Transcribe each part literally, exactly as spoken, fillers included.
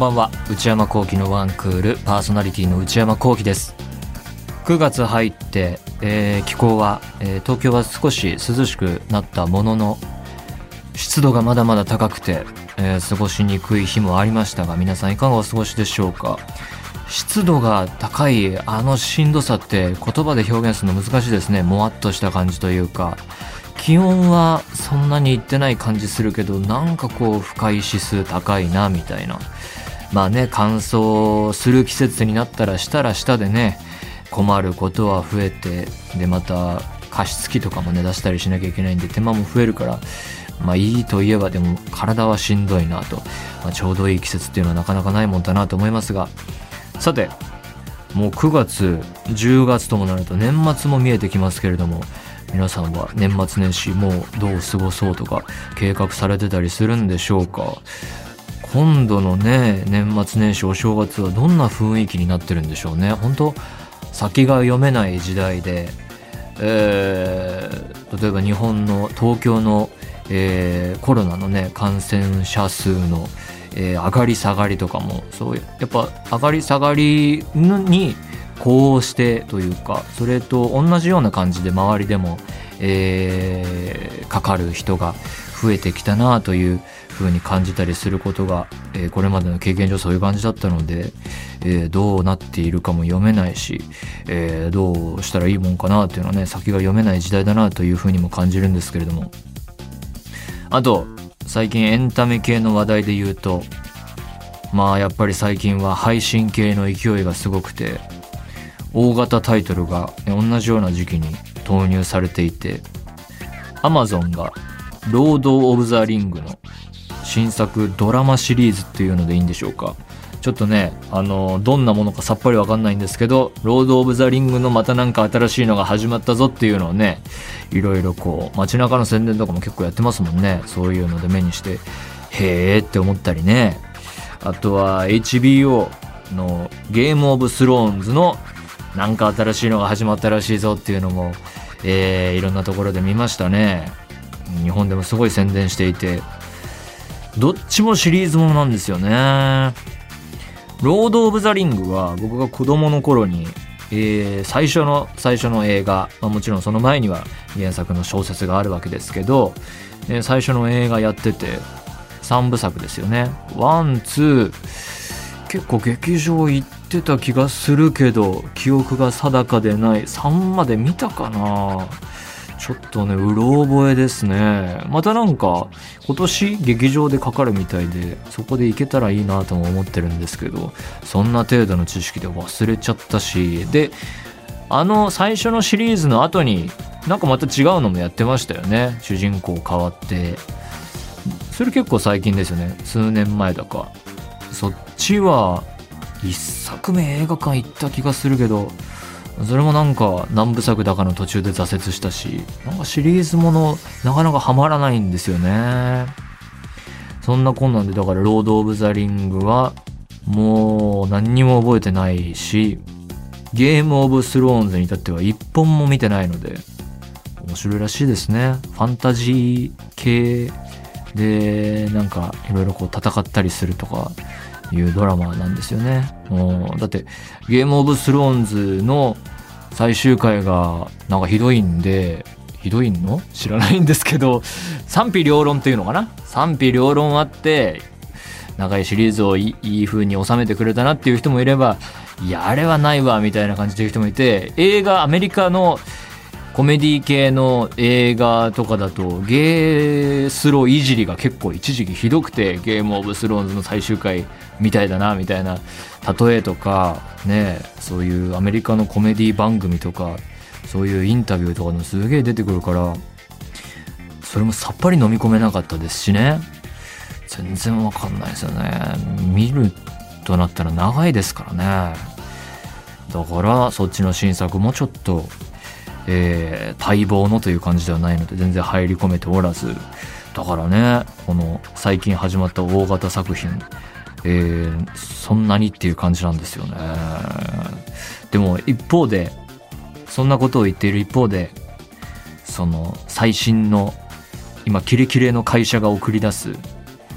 ばんは。内山聖輝のワンクールパーソナリティの内山聖輝です。くがつ入って、えー、気候は、えー、東京は少し涼しくなったものの湿度がまだまだ高くて、えー、過ごしにくい日もありましたが、皆さんいかがお過ごしでしょうか。湿度が高いあのしんどさって言葉で表現するの難しいですね。もわっとした感じというか、気温はそんなにいってない感じするけど、なんかこう不快指数高いなみたいな。まあね、乾燥する季節になったらしたらしたでね、困ることは増えて、でまた加湿器とかもね出したりしなきゃいけないんで手間も増えるから、まあいいといえばでも体はしんどいなと、まあ、ちょうどいい季節っていうのはなかなかないもんだなと思いますが、さてもうくがつじゅうがつともなると年末も見えてきますけれども、皆さんは年末年始もうどう過ごそうとか計画されてたりするんでしょうか。今度のね年末年始お正月はどんな雰囲気になってるんでしょうね。本当先が読めない時代で、えー、例えば日本の東京の、えー、コロナのね感染者数の、えー、上がり下がりとかもそうやっぱ上がり下がりにこうしてというか、それと同じような感じで周りでも、えー、かかる人が増えてきたなという風に感じたりすることが、えー、これまでの経験上そういう感じだったので、えー、どうなっているかも読めないし、えー、どうしたらいいもんかなというのはね、先が読めない時代だなという風にも感じるんですけれども、あと最近エンタメ系の話題で言うと、まあやっぱり最近は配信系の勢いがすごくて、大型タイトルが同じような時期に投入されていて、 Amazon がロード・オブ・ザ・リングの新作ドラマシリーズっていうのでいいんでしょうか。ちょっとねあのどんなものかさっぱりわかんないんですけど、ロード・オブ・ザ・リングのまたなんか新しいのが始まったぞっていうのをね、いろいろこう街中の宣伝とかも結構やってますもんね。そういうので目にしてへーって思ったりね。あとは エイチビーオー のゲーム・オブ・スローンズのなんか新しいのが始まったらしいぞっていうのも、えー、いろんなところで見ましたね。日本でもすごい宣伝していて、どっちもシリーズものなんですよね。ロード・オブ・ザ・リングは僕が子供の頃に、えー、最初の最初の映画、まあ、もちろんその前には原作の小説があるわけですけど、えー、最初の映画やっててさんぶさくですよね。ワン、ツー結構劇場行ってた気がするけど記憶が定かでない。さんまで見たかな、ちょっとねうろ覚えですね。またなんか今年劇場でかかるみたいで、そこで行けたらいいなとも思ってるんですけど、そんな程度の知識で忘れちゃったし、であの最初のシリーズの後になんかまた違うのもやってましたよね。主人公変わって、それ結構最近ですよね。数年前だか。そっちはいっさくめ映画館行った気がするけど、それもなんか何部作だかの途中で挫折したし、なんかシリーズものなかなかハマらないんですよね。そんなこんなんで、だからロード・オブ・ザ・リングはもう何にも覚えてないし、ゲーム・オブ・スローンズに至っては一本も見てないので面白いらしいですね。ファンタジー系でなんかいろいろこう戦ったりするとかいうドラマなんですよね。もうだってゲームオブスローンズの最終回がなんかひどいんで、ひどいの知らないんですけど、賛否両論っていうのかな、賛否両論あって長いシリーズをいい、いい風に収めてくれたなっていう人もいれば、いやあれはないわみたいな感じでいう人もいて、映画アメリカのコメディ系の映画とかだとゲースロいじりが結構一時期ひどくて、ゲームオブスローンズの最終回みたいだなみたいな例えとかね、そういうアメリカのコメディ番組とかそういうインタビューとかのすげえ出てくるから、それもさっぱり飲み込めなかったですしね。全然わかんないですよね。見るとなったら長いですからね。だからそっちの新作もちょっとえー、待望のという感じではないので全然入り込めておらず、だからねこの最近始まった大型作品、えー、そんなにっていう感じなんですよね。でも一方でそんなことを言っている一方で、その最新の今キレキレの会社が送り出す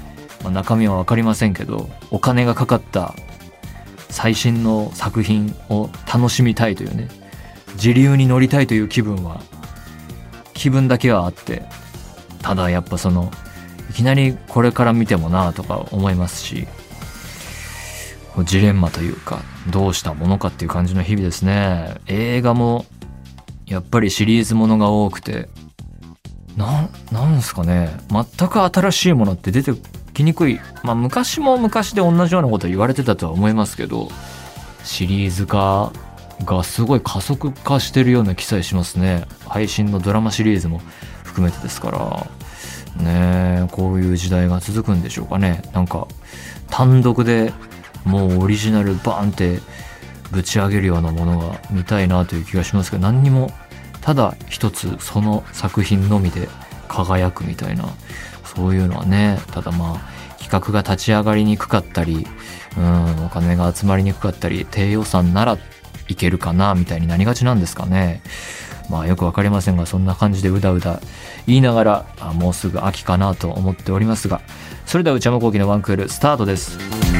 まあ、中身は分かりませんけど、お金がかかった最新の作品を楽しみたいというね、時流に乗りたいという気分は気分だけはあって、ただやっぱそのいきなりこれから見てもなとか思いますし、ジレンマというかどうしたものかっていう感じの日々ですね。映画もやっぱりシリーズものが多くて、な、なんすかね、全く新しいものって出てきにくい。まあ昔も昔で同じようなこと言われてたとは思いますけど、シリーズ化がすごい加速化してるような気さえしますね。配信のドラマシリーズも含めてですからね。えこういう時代が続くんでしょうかね。なんか単独でもうオリジナルバーンってぶち上げるようなものが見たいなという気がしますけど、何にもただ一つその作品のみで輝くみたいな、そういうのはね、ただまあ企画が立ち上がりにくかったり、うんお金が集まりにくかったり、低予算ならいけるかなみたいになりがちなんですかね。まあよくわかりませんが、そんな感じでうだうだ言いながら、あもうすぐ秋かなと思っておりますが、それでは内山聖輝のワンクールスタートです。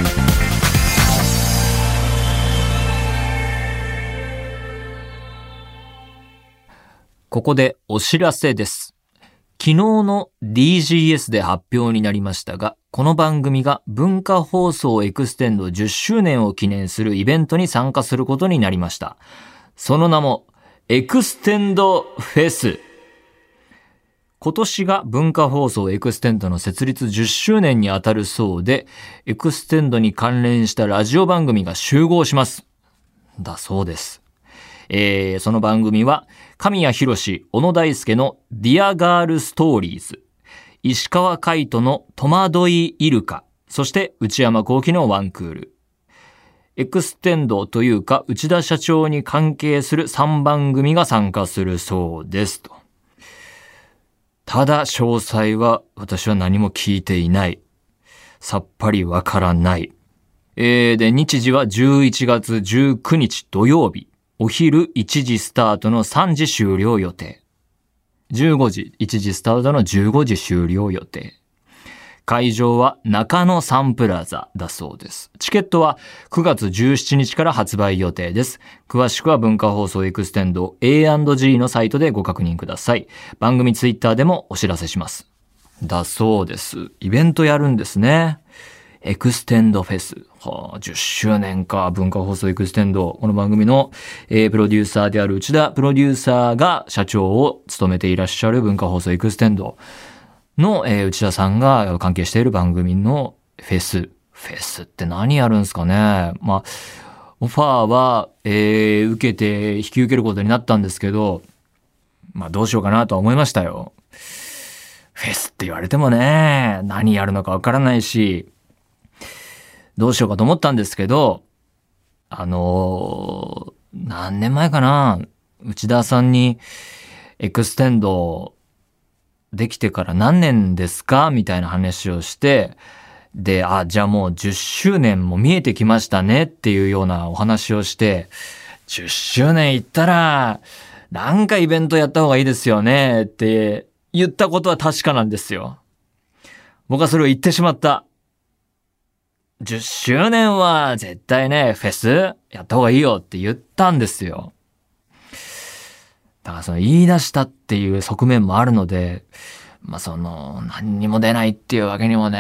ここでお知らせです。昨日の ディージーエス で発表になりましたが、この番組が文化放送エクステンドじゅっしゅうねんを記念するイベントに参加することになりました。その名もエクステンドフェス。今年が文化放送エクステンドの設立じゅっしゅうねんにあたるそうで、エクステンドに関連したラジオ番組が集合します。だそうです。えー、その番組は神谷博史、小野大輔のディアガールストーリーズ、石川海人の戸惑いイルカ、そして内山聖輝のワンクール。エクステンドというか内田社長に関係するさんばん組が参加するそうですと。ただ詳細は私は何も聞いていない。さっぱりわからない。えー、で日時はじゅういちがつじゅうくにち土曜日。お昼いちじスタートのさんじ終了予定。じゅうごじ、いちじスタートのじゅうごじ終了予定。会場は中野サンプラザだそうです。チケットはくがつじゅうしちにちから発売予定です。詳しくは文化放送エクステンド エーアンドジー のサイトでご確認ください。番組ツイッターでもお知らせします。だそうです。イベントやるんですね。エクステンドフェス。はあ、じゅっしゅうねんか。文化放送エクステンド。この番組の、えー、プロデューサーである内田プロデューサーが社長を務めていらっしゃる文化放送エクステンドの、えー、内田さんが関係している番組のフェス。フェスって何やるんすかね。まあ、オファーは、えー、受けて、引き受けることになったんですけど、まあどうしようかなとは思いましたよ。フェスって言われてもね、何やるのかわからないし、どうしようかと思ったんですけど、あのー、何年前かな、内田さんにエクステンドできてから何年ですかみたいな話をして、で、あ、じゃあもうじゅっしゅうねんも見えてきましたねっていうようなお話をして、じゅっしゅうねん行ったら、なんかイベントやった方がいいですよねって言ったことは確かなんですよ。僕はそれを言ってしまった。じゅっしゅうねんは絶対ね、フェスやった方がいいよって言ったんですよ。だからその言い出したっていう側面もあるので、まあその何にも出ないっていうわけにもね、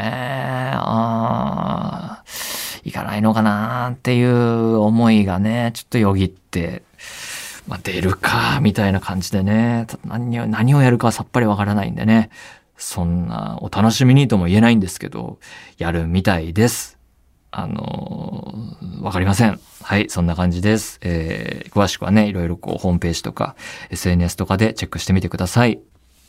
あいかないのかなっていう思いがね、ちょっとよぎって、まあ出るかみたいな感じでね、何を、何をやるかさっぱりわからないんでね、そんなお楽しみにとも言えないんですけど、やるみたいです。あのー、わかりません。はい、そんな感じです。えー、詳しくはね、いろいろこう、ホームページとか、エスエヌエス とかでチェックしてみてください。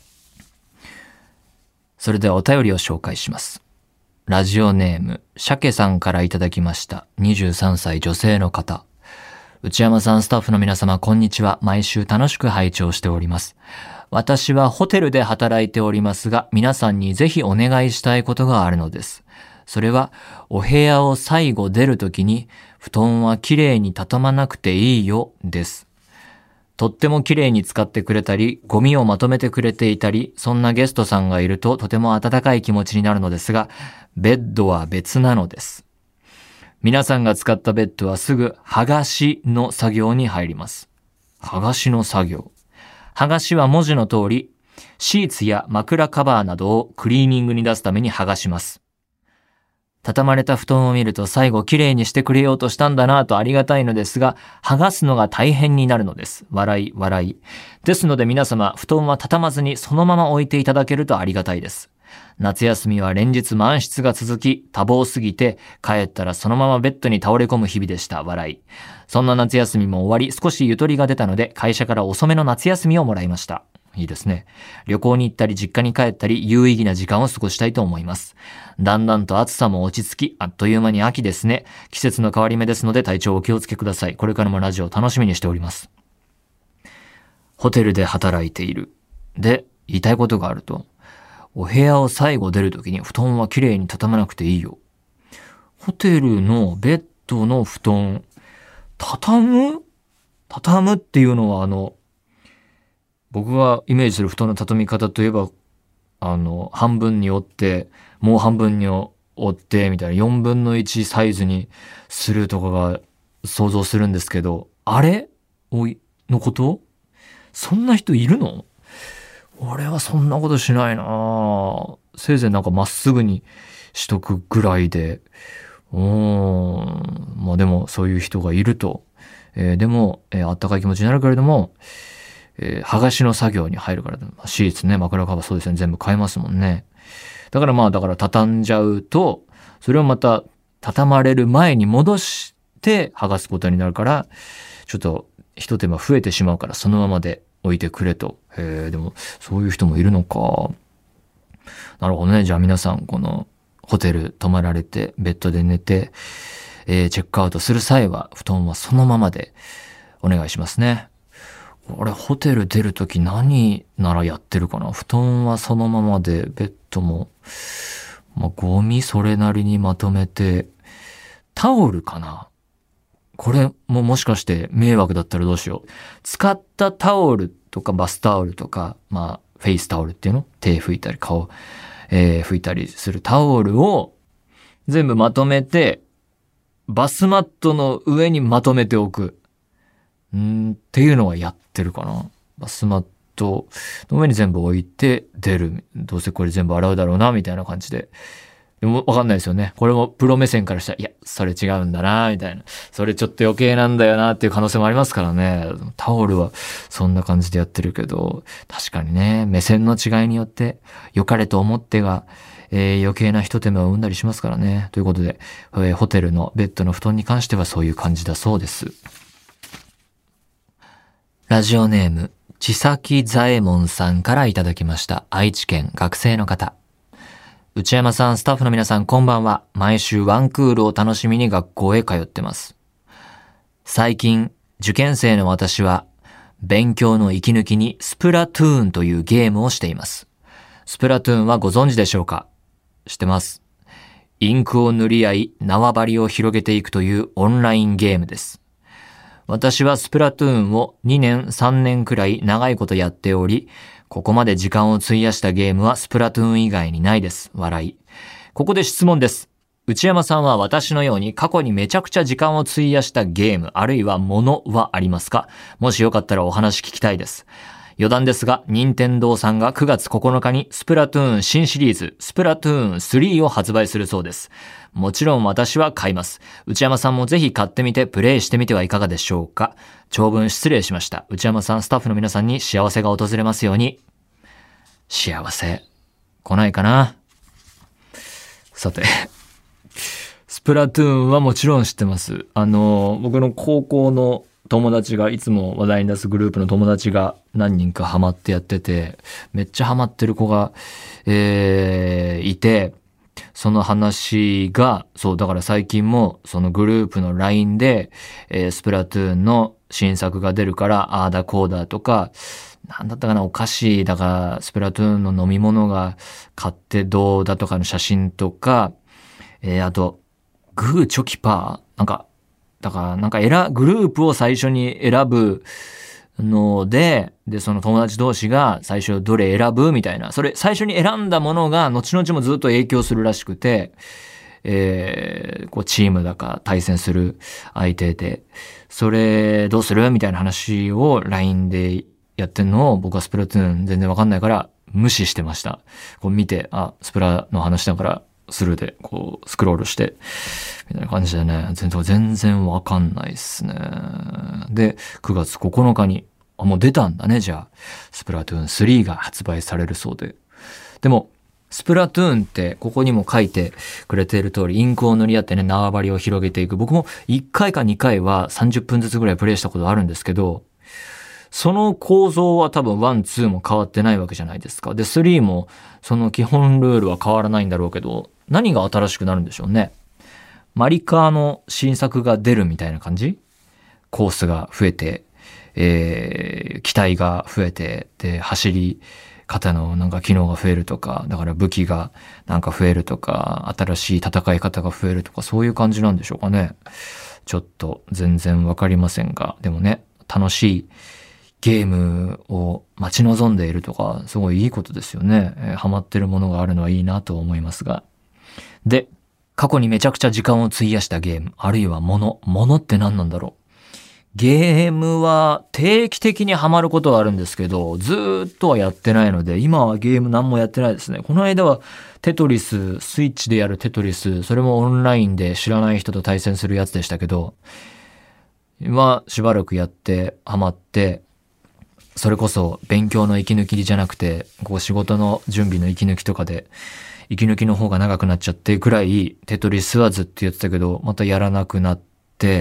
それではお便りを紹介します。ラジオネーム、シャケさんからいただきました。にじゅうさんさい女性の方。内山さん、スタッフの皆様、こんにちは。毎週楽しく拝聴しております。私はホテルで働いておりますが、皆さんにぜひお願いしたいことがあるのです。それは、お部屋を最後出るときに、布団はきれいに畳まなくていいよ、です。 とっても綺麗に使ってくれたり、ゴミをまとめてくれていたり、そんなゲストさんがいるととても温かい気持ちになるのですが、ベッドは別なのです。皆さんが使ったベッドはすぐ剥がしの作業に入ります。剥がしの作業。剥がしは文字の通り、シーツや枕カバーなどをクリーニングに出すために剥がします。畳まれた布団を見ると最後きれいにしてくれようとしたんだなぁとありがたいのですが、剥がすのが大変になるのです。笑い笑い。ですので皆様、布団は畳まずにそのまま置いていただけるとありがたいです。夏休みは連日満室が続き、多忙すぎて、帰ったらそのままベッドに倒れ込む日々でした。笑い。そんな夏休みも終わり、少しゆとりが出たので、会社から遅めの夏休みをもらいました。いいですね。旅行に行ったり実家に帰ったり有意義な時間を過ごしたいと思います。だんだんと暑さも落ち着き、あっという間に秋ですね。季節の変わり目ですので体調お気をつけください。これからもラジオを楽しみにしております。ホテルで働いている。で、言いたいことがあると。お部屋を最後出るときに布団はきれいに畳まなくていいよ。ホテルのベッドの布団、畳む畳むっていうのはあの、僕がイメージする布団の畳み方といえば、あの、半分に折って、もう半分に折って、みたいなよんぶんのいちサイズにするとかが想像するんですけど、あれおい、のこと？そんな人いるの？俺はそんなことしないなぁ。せいぜいなんかまっすぐにしとくぐらいで、うーん、まあでもそういう人がいると、えー、でも、えー、あったかい気持ちになるけれども、えー、剥がしの作業に入るから、シーツね、枕カバーそうですね、全部買えますもんね。だからまあ、だから畳んじゃうと、それをまた畳まれる前に戻して剥がすことになるから、ちょっと一手間増えてしまうから、そのままで置いてくれと。へえ、でも、そういう人もいるのか。なるほどね。じゃあ皆さん、この、ホテル泊まられて、ベッドで寝て、えー、チェックアウトする際は、布団はそのままでお願いしますね。俺、ホテル出るとき何ならやってるかな。布団はそのままで、ベッドも、まあ、ゴミそれなりにまとめて、タオルかな。これももしかして迷惑だったらどうしよう。使ったタオルとかバスタオルとか、まあ、フェイスタオルっていうの？手拭いたり顔、えー、拭いたりするタオルを全部まとめて、バスマットの上にまとめておく。んーっていうのはやってるかな。バスマットの上に全部置いて出る。どうせこれ全部洗うだろうな、みたいな感じで。でもわかんないですよね。これもプロ目線からしたら、いや、それ違うんだな、みたいな。それちょっと余計なんだよな、っていう可能性もありますからね。タオルはそんな感じでやってるけど、確かにね、目線の違いによって、良かれと思ってが、えー、余計な一手間を生んだりしますからね。ということで、えー、ホテルのベッドの布団に関してはそういう感じだそうです。ラジオネーム、ちさきざえもんさんからいただきました。愛知県学生の方。内山さん、スタッフの皆さん、こんばんは。毎週ワンクールを楽しみに学校へ通ってます。最近、受験生の私は、勉強の息抜きにスプラトゥーンというゲームをしています。スプラトゥーンはご存知でしょうか？知ってます。インクを塗り合い、縄張りを広げていくというオンラインゲームです。私はスプラトゥーンをにねん、さんねんくらい長いことやっており、ここまで時間を費やしたゲームはスプラトゥーン以外にないです。笑い。ここで質問です。内山さんは私のように過去にめちゃくちゃ時間を費やしたゲーム、あるいはものはありますか？もしよかったらお話聞きたいです。余談ですが、任天堂さんがくがつここのかにスプラトゥーン新シリーズ、スプラトゥーンスリーを発売するそうです。もちろん私は買います。内山さんもぜひ買ってみてプレイしてみてはいかがでしょうか。長文失礼しました。内山さん、スタッフの皆さんに幸せが訪れますように。幸せ、来ないかな。さて、スプラトゥーンはもちろん知ってます。あの、僕の高校の友達が、いつも話題に出すグループの友達が何人かハマってやってて、めっちゃハマってる子が、えー、いて、その話が、そう、だから最近もそのグループの ライン で、えー、スプラトゥーンの新作が出るから、あーだこーだとか、なんだったかな、お菓子だから、スプラトゥーンの飲み物が買ってどうだとかの写真とか、えー、あと、グーチョキパーなんか、だから、なんか選、グループを最初に選ぶので、で、その友達同士が最初どれ選ぶみたいな、それ最初に選んだものが後々もずっと影響するらしくて、えー、こうチームだか対戦する相手で、それどうするみたいな話を ライン でやってんのを僕はスプラトゥーン全然わかんないから無視してました。こう見て、あ、スプラの話だからスルーでこうスクロールして、みたいな感じでね、全然全然わかんないっすね。で、くがつここのかに、あ、もう出たんだね、じゃあ。スプラトゥーンスリーが発売されるそうで。でも、スプラトゥーンってここにも書いてくれている通りインクを塗り合ってね縄張りを広げていく。僕もいっかいかにかいはさんじゅっぷんずつぐらいプレイしたことあるんですけど、その構造は多分ワン、ツーも変わってないわけじゃないですか。で、スリーもその基本ルールは変わらないんだろうけど、何が新しくなるんでしょうね。マリカーの新作が出るみたいな感じ？コースが増えて、えー、機体が増えて、で、走り、方のなんか機能が増えるとか、だから武器がなんか増えるとか、新しい戦い方が増えるとか、そういう感じなんでしょうかね。ちょっと全然わかりませんが、でもね、楽しいゲームを待ち望んでいるとか、すごいいいことですよね。えー、ハマってるものがあるのはいいなと思いますが。で、過去にめちゃくちゃ時間を費やしたゲーム、あるいはもの、ものって何なんだろう。ゲームは定期的にハマることはあるんですけど、ずーっとはやってないので、今はゲーム何もやってないですね。この間はテトリス、スイッチでやるテトリス、それもオンラインで知らない人と対戦するやつでしたけど、今しばらくやってハマって、それこそ勉強の息抜きじゃなくて、こう仕事の準備の息抜きとかで、息抜きの方が長くなっちゃってくらい、テトリスはずっとやってたけど、またやらなくなって、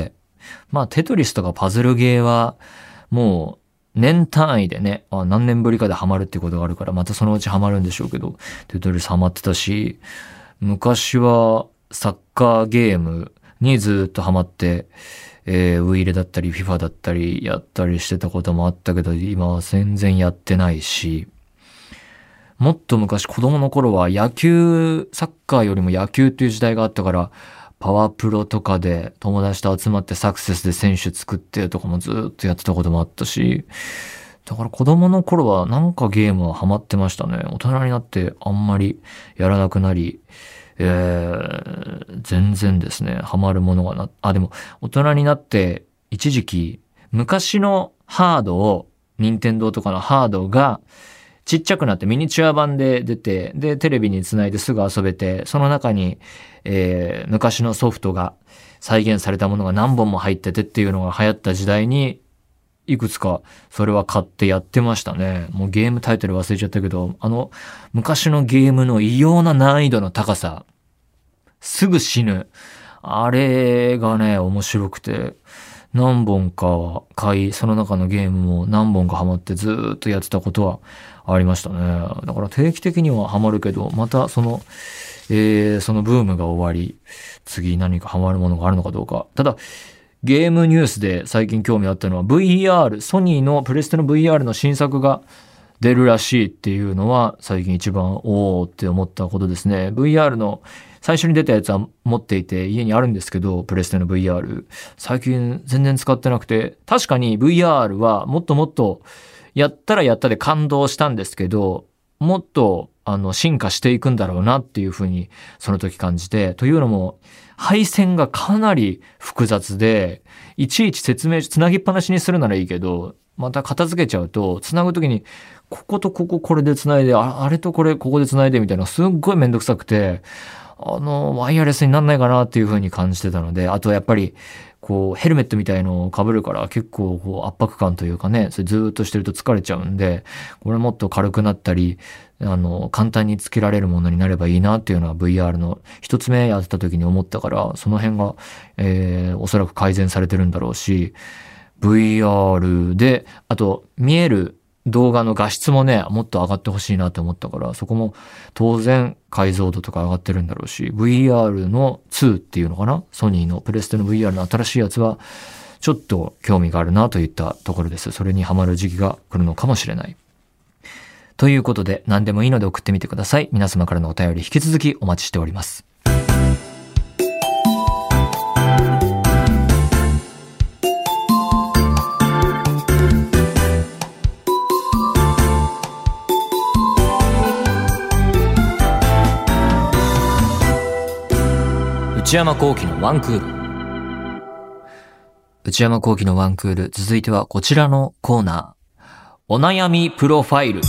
まあテトリスとかパズルゲーはもう年単位でね、あ、何年ぶりかでハマるっていうことがあるからまたそのうちハマるんでしょうけど、テトリスハマってたし、昔はサッカーゲームにずっとハマって、えー、ウイイレだったり フィファ だったりやったりしてたこともあったけど、今は全然やってないし、もっと昔子供の頃は野球、サッカーよりも野球っていう時代があったから、パワープロとかで友達と集まってサクセスで選手作ってとかもずっとやってたこともあったし、だから子供の頃はなんかゲームはハマってましたね。大人になってあんまりやらなくなり、えー、全然ですね、ハマるものがな、あ、でも大人になって一時期昔のハードを、任天堂とかのハードがちっちゃくなってミニチュア版で出て、で、テレビにつないですぐ遊べて、その中に、えー、昔のソフトが再現されたものが何本も入っててっていうのが流行った時代に、いくつかそれは買ってやってましたね。もうゲームタイトル忘れちゃったけど、あの、昔のゲームの異様な難易度の高さ、すぐ死ぬ。あれがね、面白くて、何本か買い、その中のゲームも何本かハマってずーっとやってたことはありましたね。だから定期的にはハマるけど、またその、えー、そのブームが終わり、次何かハマるものがあるのかどうか。ただ、ゲームニュースで最近興味あったのは ブイアール、ソニーのプレステの ブイアール の新作が出るらしいっていうのは最近一番おーって思ったことですね。ブイアール の最初に出たやつは持っていて家にあるんですけど、プレステの ブイアール。最近全然使ってなくて、確かに ブイアール はもっともっとやったらやったで感動したんですけど、もっとあの進化していくんだろうなっていうふうにその時感じて、というのも配線がかなり複雑で、いちいち説明、つなぎっぱなしにするならいいけど、また片付けちゃうと、つなぐときに、こことこここれでつないで、あ、あれとこれここでつないでみたいな、すっごいめんどくさくて、あの、ワイヤレスになんないかなっていう風に感じてたので、あとやっぱり、こう、ヘルメットみたいのを被るから結構こう圧迫感というかね、それずーっとしてると疲れちゃうんで、これもっと軽くなったり、あの、簡単につけられるものになればいいなっていうのは ブイアール の一つ目やってた時に思ったから、その辺が、えー、おそらく改善されてるんだろうし、ブイアール で、あと見える動画の画質もね、もっと上がってほしいなって思ったから、そこも当然解像度とか上がってるんだろうし、ブイアール のツーっていうのかな、ソニーのプレステの ブイアール の新しいやつは、ちょっと興味があるなといったところです。それにハマる時期が来るのかもしれない。ということで、何でもいいので送ってみてください。皆様からのお便り引き続きお待ちしております。 内山聖輝のワンクール。内山聖輝のワンクール、続いてはこちらのコーナー。お悩みプロファイル。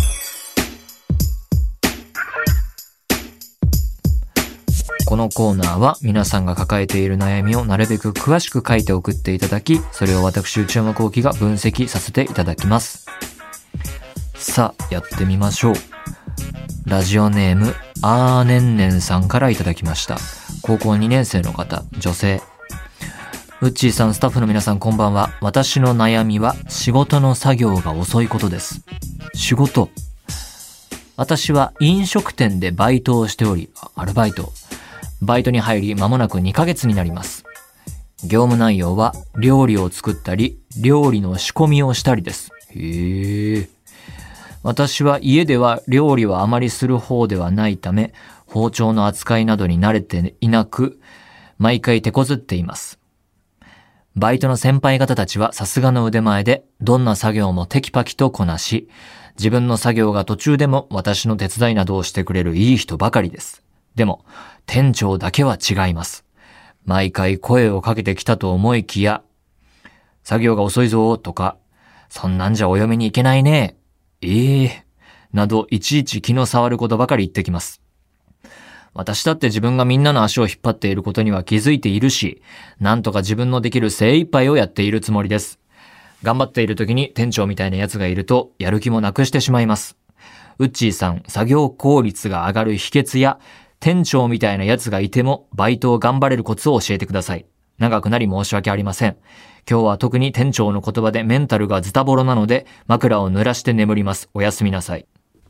このコーナーは皆さんが抱えている悩みをなるべく詳しく書いて送っていただき、それを私内山聖輝が分析させていただきます。さあ、やってみましょう。ラジオネームあーねんねんさんからいただきました。高校にねん生の方、女性。うっちーさん、スタッフの皆さん、こんばんは。私の悩みは仕事の作業が遅いことです。仕事。私は飲食店でバイトをしており、アルバイト。バイトに入り間もなくにかげつになります。業務内容は料理を作ったり、料理の仕込みをしたりです。へえ。私は家では料理はあまりする方ではないため、包丁の扱いなどに慣れていなく、毎回手こずっています。バイトの先輩方たちはさすがの腕前で、どんな作業もテキパキとこなし、自分の作業が途中でも私の手伝いなどをしてくれるいい人ばかりです。でも、店長だけは違います。毎回声をかけてきたと思いきや、作業が遅いぞとか、そんなんじゃお嫁に行けないね。ええー、などいちいち気の触ることばかり言ってきます。私だって自分がみんなの足を引っ張っていることには気づいているし、なんとか自分のできる精一杯をやっているつもりです。頑張っている時に店長みたいなやつがいるとやる気もなくしてしまいます。ウッチーさん、作業効率が上がる秘訣や店長みたいなやつがいてもバイトを頑張れるコツを教えてください。長くなり申し訳ありません。今日は特に店長の言葉でメンタルがズタボロなので枕を濡らして眠ります。おやすみなさい。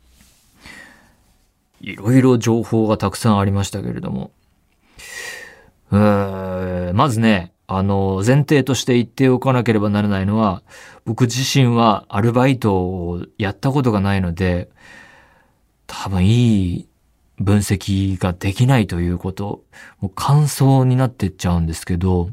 いろいろ情報がたくさんありましたけれども。うーん、まずね、あの、前提として言っておかなければならないのは、僕自身はアルバイトをやったことがないので、多分いい分析ができないということ、もう感想になってっちゃうんですけど、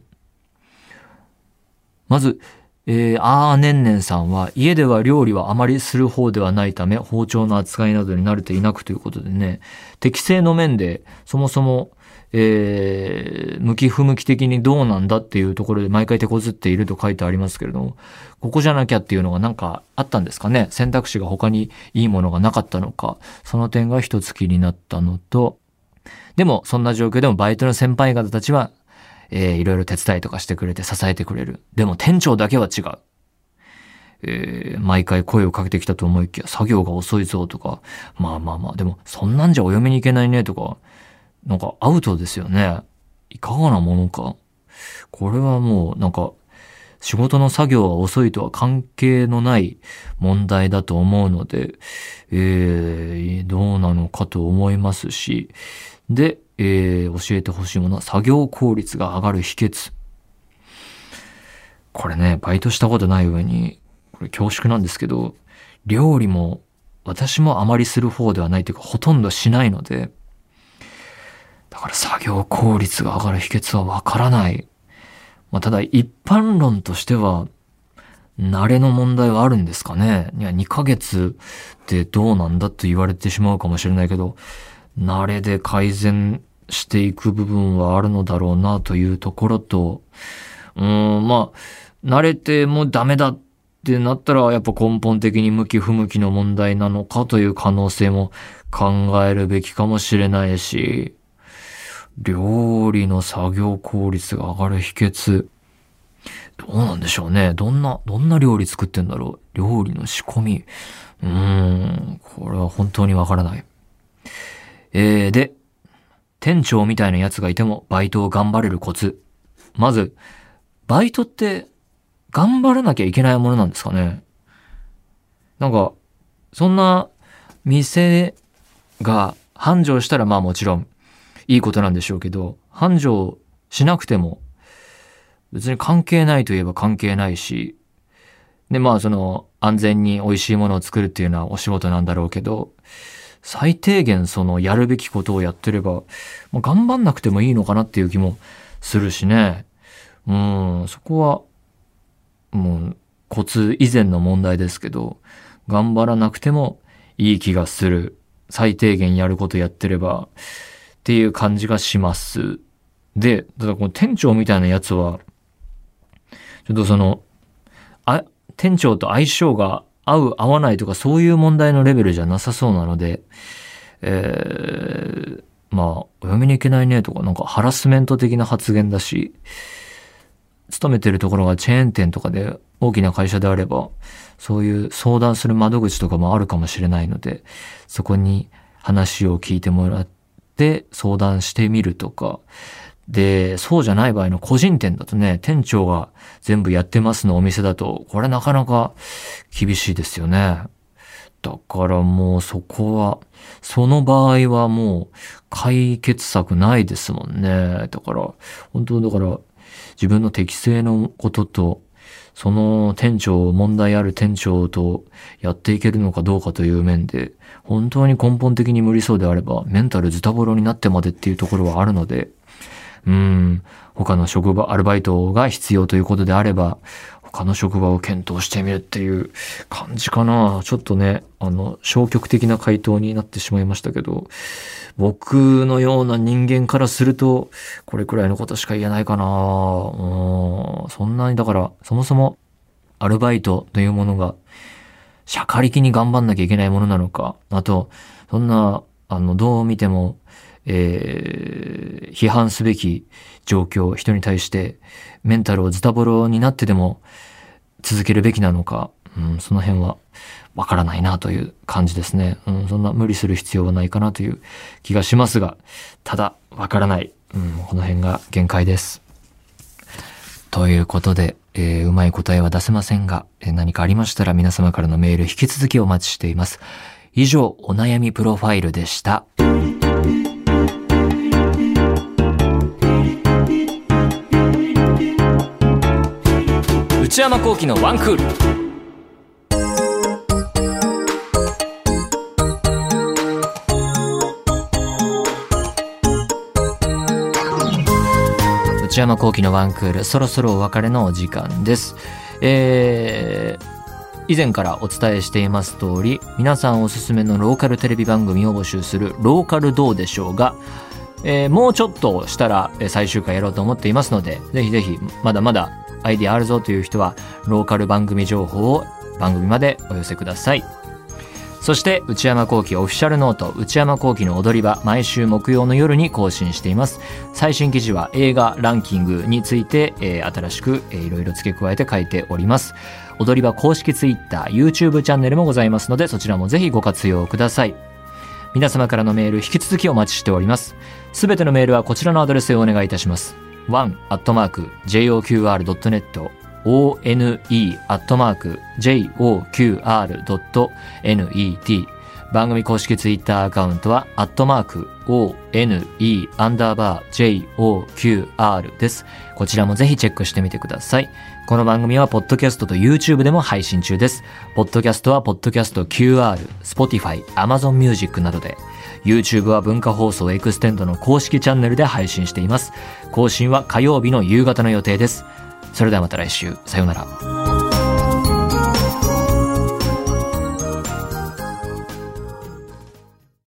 まず、えー、あーねんねんさんは家では料理はあまりする方ではないため包丁の扱いなどに慣れていなくということでね、適正の面でそもそも、えー、向き不向き的にどうなんだっていうところで毎回手こずっていると書いてありますけれども、ここじゃなきゃっていうのがなんかあったんですかね。選択肢が他にいいものがなかったのか、その点が一つ気になったのと、でもそんな状況でもバイトの先輩方たちはえー、いろいろ手伝いとかしてくれて支えてくれる。でも店長だけは違う。えー、毎回声をかけてきたと思いきや作業が遅いぞとか、まあまあまあ、でもそんなんじゃお嫁に行けないねとか、なんかアウトですよね。いかがなものか。これはもうなんか仕事の作業が遅いとは関係のない問題だと思うので、えー、どうなのかと思いますし、で、えー、教えてほしいものは作業効率が上がる秘訣。これね、バイトしたことない上に、これ恐縮なんですけど、料理も私もあまりする方ではないというか、ほとんどしないので、だから作業効率が上がる秘訣はわからない。まあ、ただ一般論としては、慣れの問題はあるんですかね。いや、にかげつってどうなんだと言われてしまうかもしれないけど、慣れで改善していく部分はあるのだろうなというところと、うーん、まあ、慣れてもダメだってなったら、やっぱ根本的に向き不向きの問題なのかという可能性も考えるべきかもしれないし、料理の作業効率が上がる秘訣、どうなんでしょうね。どんな、どんな料理作ってんだろう。料理の仕込み。うーん、これは本当にわからない。えー、で、店長みたいなやつがいてもバイトを頑張れるコツ。まず、バイトって頑張らなきゃいけないものなんですかね。なんか、そんな店が繁盛したらまあもちろんいいことなんでしょうけど、繁盛しなくても別に関係ないといえば関係ないし、でまあその安全に美味しいものを作るっていうのはお仕事なんだろうけど、最低限そのやるべきことをやってれば、もう頑張んなくてもいいのかなっていう気もするしね。うん、そこはもうコツ以前の問題ですけど、頑張らなくてもいい気がする。最低限やることやってればっていう感じがします。 で、ただこの店長みたいなやつは、ちょっとその、あ、店長と相性が合う合わないとかそういう問題のレベルじゃなさそうなので、えー、まあ、お嫁に行けないねとか、なんかハラスメント的な発言だし、勤めてるところがチェーン店とかで大きな会社であれば、そういう相談する窓口とかもあるかもしれないので、そこに話を聞いてもらって相談してみるとか、で、そうじゃない場合の個人店だとね、店長が全部やってますのお店だと、これなかなか厳しいですよね。だからもうそこは、その場合はもう解決策ないですもんね。だから、本当だから自分の適性のことと、その店長、問題ある店長とやっていけるのかどうかという面で、本当に根本的に無理そうであれば、メンタルズタボロになってまでっていうところはあるので、うーん、他の職場、アルバイトが必要ということであれば、他の職場を検討してみるっていう感じかな。ちょっとね、あの、消極的な回答になってしまいましたけど、僕のような人間からすると、これくらいのことしか言えないかな。うん、そんなに、だから、そもそも、アルバイトというものが、しゃかりきに頑張んなきゃいけないものなのか、あと、そんな、あの、どう見ても、えー、批判すべき状況、人に対してメンタルをズタボロになってでも続けるべきなのか、うん、その辺はわからないなという感じですね、うん。そんな無理する必要はないかなという気がしますが、ただわからない、うん、この辺が限界です。ということで、えー、うまい答えは出せませんが、えー、何かありましたら皆様からのメール引き続きお待ちしています。以上、お悩みプロファイルでした。内山聖輝のワンクール。内山聖輝のワンクール、そろそろお別れのお時間です。えー以前からお伝えしています通り、皆さんおすすめのローカルテレビ番組を募集するローカルどうでしょうが、えー、もうちょっとしたら最終回やろうと思っていますので、ぜひぜひまだまだアイディアあるぞという人はローカル番組情報を番組までお寄せください。そして内山聖輝オフィシャルノート内山聖輝の踊り場、毎週木曜の夜に更新しています。最新記事は映画ランキングについて、えー、新しく、えー、いろいろ付け加えて書いております。踊り場公式ツイッター YouTube チャンネルもございますので、そちらもぜひご活用ください。皆様からのメール引き続きお待ちしております。すべてのメールはこちらのアドレスへお願いいたします。ワン アットマーク ジェイオーキューアール ドットネット オーエヌイー アットマーク ジェイオーキューアール ドットネット。番組公式ツイッターアカウントはアットマーク オーエヌイー アンダーバー ジェイオーキューアール です。こちらもぜひチェックしてみてください。この番組はポッドキャストと YouTube でも配信中です。ポッドキャストはポッドキャスト キューアール、Spotify、Amazon Music などで、YouTube は文化放送エクステンドの公式チャンネルで配信しています。更新は火曜日の夕方の予定です。それではまた来週、さようなら。